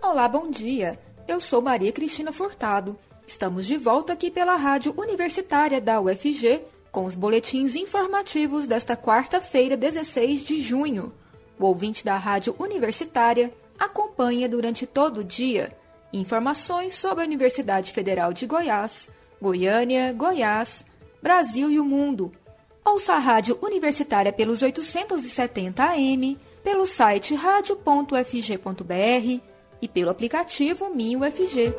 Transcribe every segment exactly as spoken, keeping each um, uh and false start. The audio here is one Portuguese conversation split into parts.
Olá, bom dia. Eu sou Maria Cristina Furtado. Estamos de volta aqui pela Rádio Universitária da U F G com os boletins informativos desta quarta-feira, dezesseis de junho. O ouvinte da Rádio Universitária acompanha durante todo o dia informações sobre a Universidade Federal de Goiás, Goiânia, Goiás, Brasil e o mundo. Ouça a Rádio Universitária pelos oitocentos e setenta A M, pelo site radio ponto u f g ponto b r e pelo aplicativo Minho U F G.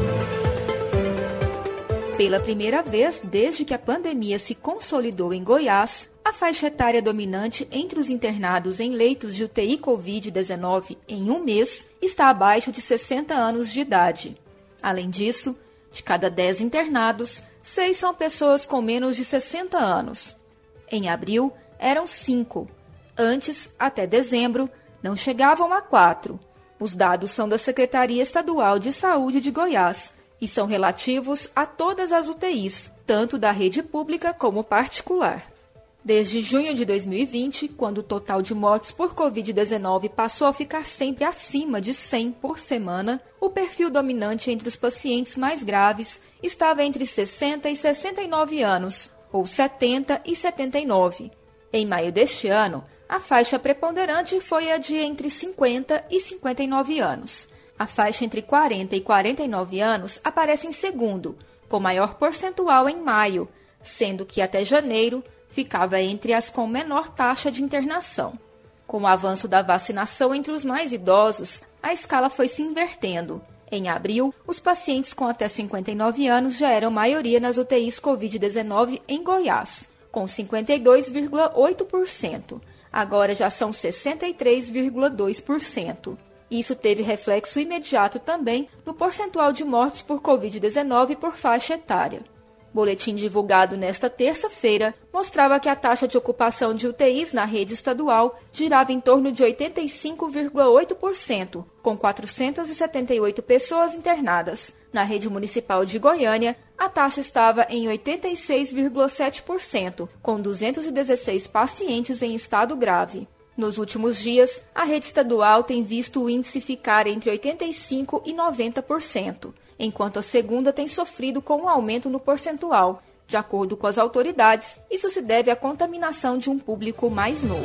Pela primeira vez desde que a pandemia se consolidou em Goiás, a faixa etária dominante entre os internados em leitos de U T I covid dezenove em um mês está abaixo de sessenta anos de idade. Além disso, de cada dez internados, seis são pessoas com menos de sessenta anos. Em abril, eram cinco. Antes, até dezembro, não chegavam a quatro. Os dados são da Secretaria Estadual de Saúde de Goiás e são relativos a todas as U T Is, tanto da rede pública como particular. Desde junho de dois mil e vinte, quando o total de mortes por covid dezenove passou a ficar sempre acima de cem por semana, o perfil dominante entre os pacientes mais graves estava entre sessenta e sessenta e nove anos, ou setenta e setenta e nove. Em maio deste ano, a faixa preponderante foi a de entre cinquenta e cinquenta e nove anos. A faixa entre quarenta e quarenta e nove anos aparece em segundo, com maior percentual em maio, sendo que até janeiro ficava entre as com menor taxa de internação. Com o avanço da vacinação entre os mais idosos, a escala foi se invertendo. Em abril, os pacientes com até cinquenta e nove anos já eram maioria nas U T Is covid dezenove em Goiás, com cinquenta e dois vírgula oito por cento. Agora já são sessenta e três vírgula dois por cento. Isso teve reflexo imediato também no percentual de mortes por covid dezenove por faixa etária. Boletim divulgado nesta terça-feira mostrava que a taxa de ocupação de U T Is na rede estadual girava em torno de oitenta e cinco vírgula oito por cento, com quatrocentas e setenta e oito pessoas internadas. Na rede municipal de Goiânia, a taxa estava em oitenta e seis vírgula sete por cento, com duzentos e dezesseis pacientes em estado grave. Nos últimos dias, a rede estadual tem visto o índice ficar entre oitenta e cinco por cento e noventa por cento, enquanto a segunda tem sofrido com um aumento no percentual. De acordo com as autoridades, isso se deve à contaminação de um público mais novo.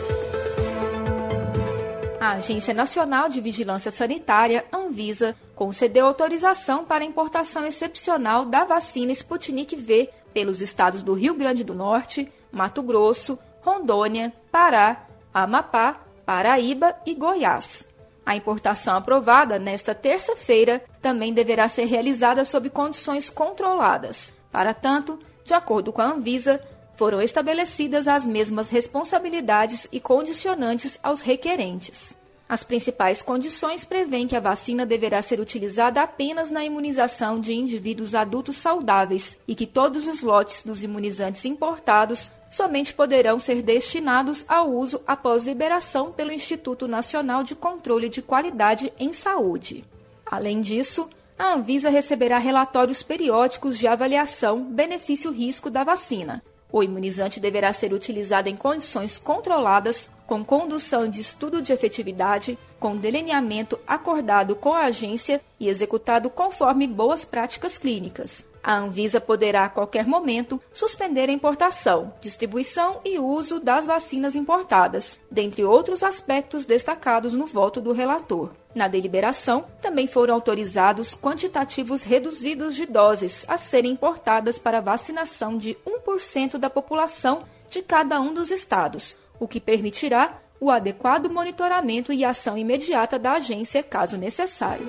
A Agência Nacional de Vigilância Sanitária, Anvisa, concedeu autorização para a importação excepcional da vacina Sputnik V pelos estados do Rio Grande do Norte, Mato Grosso, Rondônia, Pará, Amapá, Paraíba e Goiás. A importação aprovada nesta terça-feira também deverá ser realizada sob condições controladas. Para tanto, de acordo com a Anvisa, foram estabelecidas as mesmas responsabilidades e condicionantes aos requerentes. As principais condições prevêem que a vacina deverá ser utilizada apenas na imunização de indivíduos adultos saudáveis e que todos os lotes dos imunizantes importados somente poderão ser destinados ao uso após liberação pelo Instituto Nacional de Controle de Qualidade em Saúde. Além disso, a Anvisa receberá relatórios periódicos de avaliação benefício-risco da vacina. O imunizante deverá ser utilizado em condições controladas, com condução de estudo de efetividade, com delineamento acordado com a agência e executado conforme boas práticas clínicas. A Anvisa poderá, a qualquer momento, suspender a importação, distribuição e uso das vacinas importadas, dentre outros aspectos destacados no voto do relator. Na deliberação, também foram autorizados quantitativos reduzidos de doses a serem importadas para vacinação de um por cento da população de cada um dos estados, o que permitirá o adequado monitoramento e ação imediata da agência, caso necessário.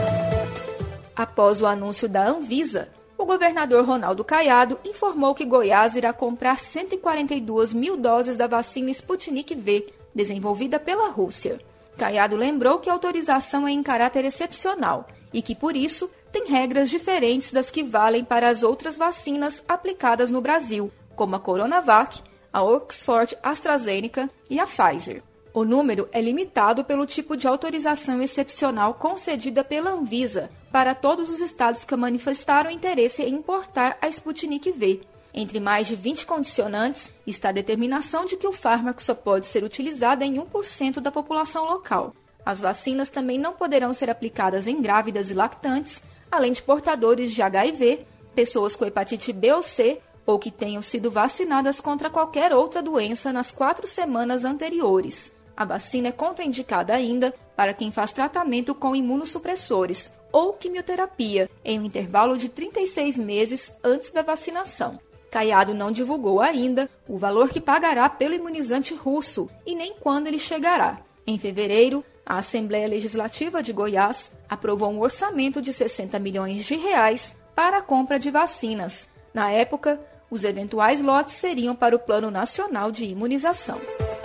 Após o anúncio da Anvisa, o governador Ronaldo Caiado informou que Goiás irá comprar cento e quarenta e duas mil doses da vacina Sputnik V, desenvolvida pela Rússia. Caiado lembrou que a autorização é em caráter excepcional e que, por isso, tem regras diferentes das que valem para as outras vacinas aplicadas no Brasil, como a Coronavac, a Oxford AstraZeneca e a Pfizer. O número é limitado pelo tipo de autorização excepcional concedida pela Anvisa para todos os estados que manifestaram interesse em importar a Sputnik V. Entre mais de vinte condicionantes está a determinação de que o fármaco só pode ser utilizado em um por cento da população local. As vacinas também não poderão ser aplicadas em grávidas e lactantes, além de portadores de H I V, pessoas com hepatite B ou C ou que tenham sido vacinadas contra qualquer outra doença nas quatro semanas anteriores. A vacina é contraindicada ainda para quem faz tratamento com imunossupressores ou quimioterapia em um intervalo de trinta e seis meses antes da vacinação. Caiado não divulgou ainda o valor que pagará pelo imunizante russo e nem quando ele chegará. Em fevereiro, a Assembleia Legislativa de Goiás aprovou um orçamento de sessenta milhões de reais para a compra de vacinas. Na época, os eventuais lotes seriam para o Plano Nacional de Imunização.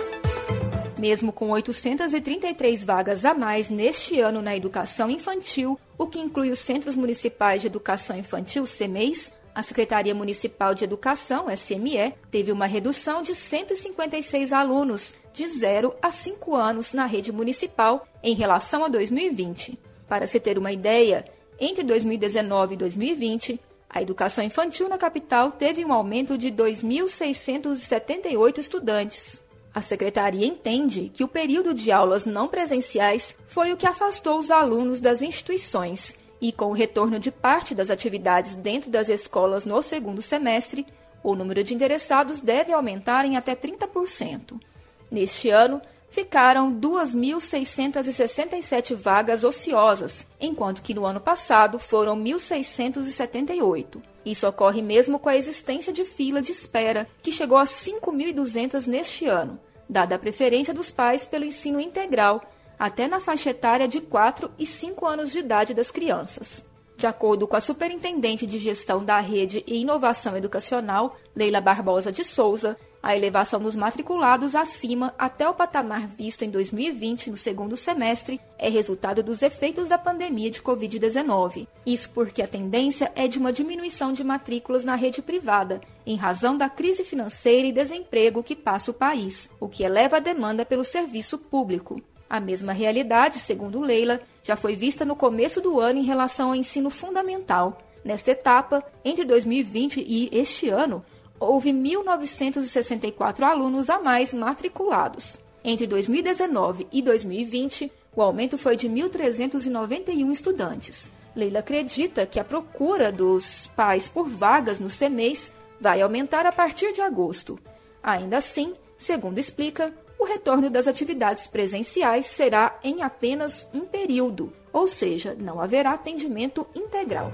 Mesmo com oitocentas e trinta e três vagas a mais neste ano na educação infantil, o que inclui os Centros Municipais de Educação Infantil, C M E Is, a Secretaria Municipal de Educação, S M E, teve uma redução de cento e cinquenta e seis alunos de zero a cinco anos na rede municipal em relação a dois mil e vinte. Para se ter uma ideia, entre dois mil e dezenove e dois mil e vinte, a educação infantil na capital teve um aumento de dois mil seiscentos e setenta e oito estudantes. A secretaria entende que o período de aulas não presenciais foi o que afastou os alunos das instituições e, com o retorno de parte das atividades dentro das escolas no segundo semestre, o número de interessados deve aumentar em até trinta por cento. Neste ano, ficaram duas mil seiscentas e sessenta e sete vagas ociosas, enquanto que no ano passado foram mil seiscentos e setenta e oito. Isso ocorre mesmo com a existência de fila de espera, que chegou a cinco mil e duzentas neste ano, dada a preferência dos pais pelo ensino integral, até na faixa etária de quatro e cinco anos de idade das crianças. De acordo com a Superintendente de Gestão da Rede e Inovação Educacional, Leila Barbosa de Souza, a elevação dos matriculados acima até o patamar visto em dois mil e vinte no segundo semestre é resultado dos efeitos da pandemia de covid dezenove. Isso porque a tendência é de uma diminuição de matrículas na rede privada, em razão da crise financeira e desemprego que passa o país, o que eleva a demanda pelo serviço público. A mesma realidade, segundo Leila, já foi vista no começo do ano em relação ao ensino fundamental. Nesta etapa, entre dois mil e vinte e este ano, houve mil novecentos e sessenta e quatro alunos a mais matriculados. Entre dois mil e dezenove e dois mil e vinte, o aumento foi de mil trezentos e noventa e um estudantes. Leila acredita que a procura dos pais por vagas no C M E Is vai aumentar a partir de agosto. Ainda assim, segundo explica, o retorno das atividades presenciais será em apenas um período, ou seja, não haverá atendimento integral.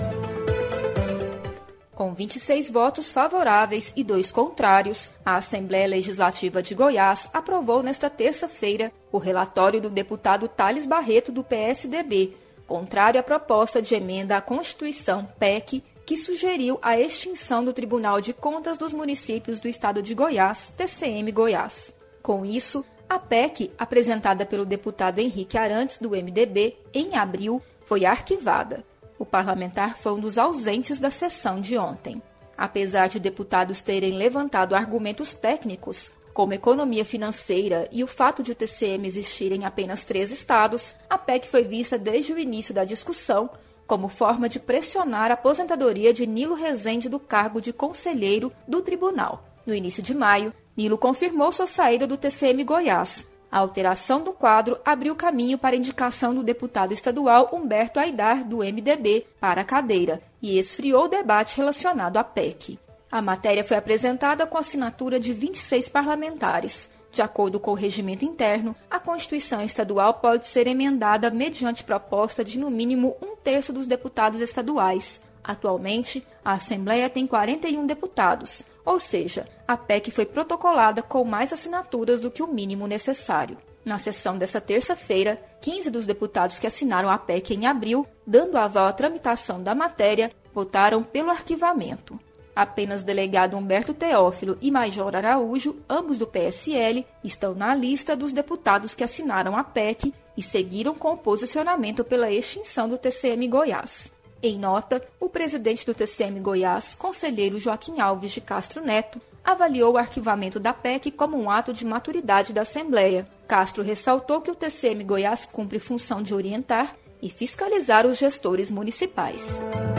Com vinte e seis votos favoráveis e dois contrários, a Assembleia Legislativa de Goiás aprovou nesta terça-feira o relatório do deputado Thales Barreto, do P S D B, contrário à proposta de emenda à Constituição P E C, que sugeriu a extinção do Tribunal de Contas dos Municípios do Estado de Goiás, T C M Goiás. Com isso, a P E C, apresentada pelo deputado Henrique Arantes, do M D B, em abril, foi arquivada. O parlamentar foi um dos ausentes da sessão de ontem. Apesar de deputados terem levantado argumentos técnicos, como economia financeira e o fato de o T C M existir em apenas três estados, a P E C foi vista desde o início da discussão como forma de pressionar a aposentadoria de Nilo Rezende do cargo de conselheiro do tribunal. No início de maio, Nilo confirmou sua saída do T C M Goiás. A alteração do quadro abriu caminho para a indicação do deputado estadual Humberto Aidar, do M D B, para a cadeira, e esfriou o debate relacionado à P E C. A matéria foi apresentada com assinatura de vinte e seis parlamentares. De acordo com o regimento interno, a Constituição estadual pode ser emendada mediante proposta de, no mínimo, um terço dos deputados estaduais. Atualmente, a Assembleia tem quarenta e um deputados, ou seja, a P E C foi protocolada com mais assinaturas do que o mínimo necessário. Na sessão desta terça-feira, quinze dos deputados que assinaram a P E C em abril, dando aval à tramitação da matéria, votaram pelo arquivamento. Apenas o delegado Humberto Teófilo e Major Araújo, ambos do P S L, estão na lista dos deputados que assinaram a P E C e seguiram com o posicionamento pela extinção do T C M Goiás. Em nota, o presidente do T C M Goiás, conselheiro Joaquim Alves de Castro Neto, avaliou o arquivamento da P E C como um ato de maturidade da Assembleia. Castro ressaltou que o T C M Goiás cumpre função de orientar e fiscalizar os gestores municipais.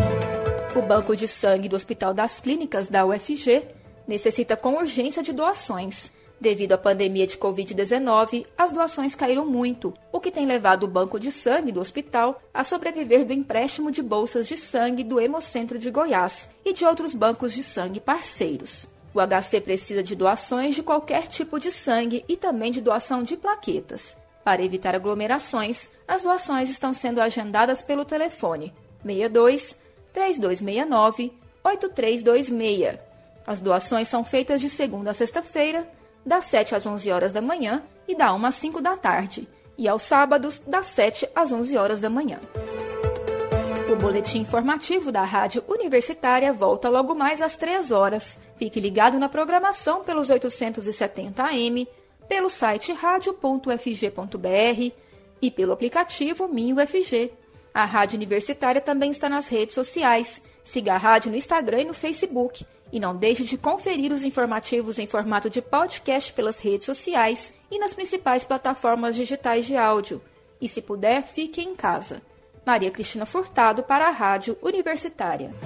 O Banco de Sangue do Hospital das Clínicas da U F G necessita com urgência de doações. Devido à pandemia de covid dezenove, as doações caíram muito, o que tem levado o Banco de Sangue do hospital a sobreviver do empréstimo de bolsas de sangue do Hemocentro de Goiás e de outros bancos de sangue parceiros. O H C precisa de doações de qualquer tipo de sangue e também de doação de plaquetas. Para evitar aglomerações, as doações estão sendo agendadas pelo telefone seis dois, três dois seis nove, oito três dois seis. As doações são feitas de segunda a sexta-feira, das sete às onze horas da manhã e da uma às cinco da tarde, e aos sábados, das sete às onze horas da manhã. O boletim informativo da Rádio Universitária volta logo mais às três horas. Fique ligado na programação pelos oitocentos e setenta A M, pelo site radio ponto u f g ponto b r e pelo aplicativo Minho U F G. A Rádio Universitária também está nas redes sociais. Siga a rádio no Instagram e no Facebook. E não deixe de conferir os informativos em formato de podcast pelas redes sociais e nas principais plataformas digitais de áudio. E se puder, fique em casa. Maria Cristina Furtado para a Rádio Universitária.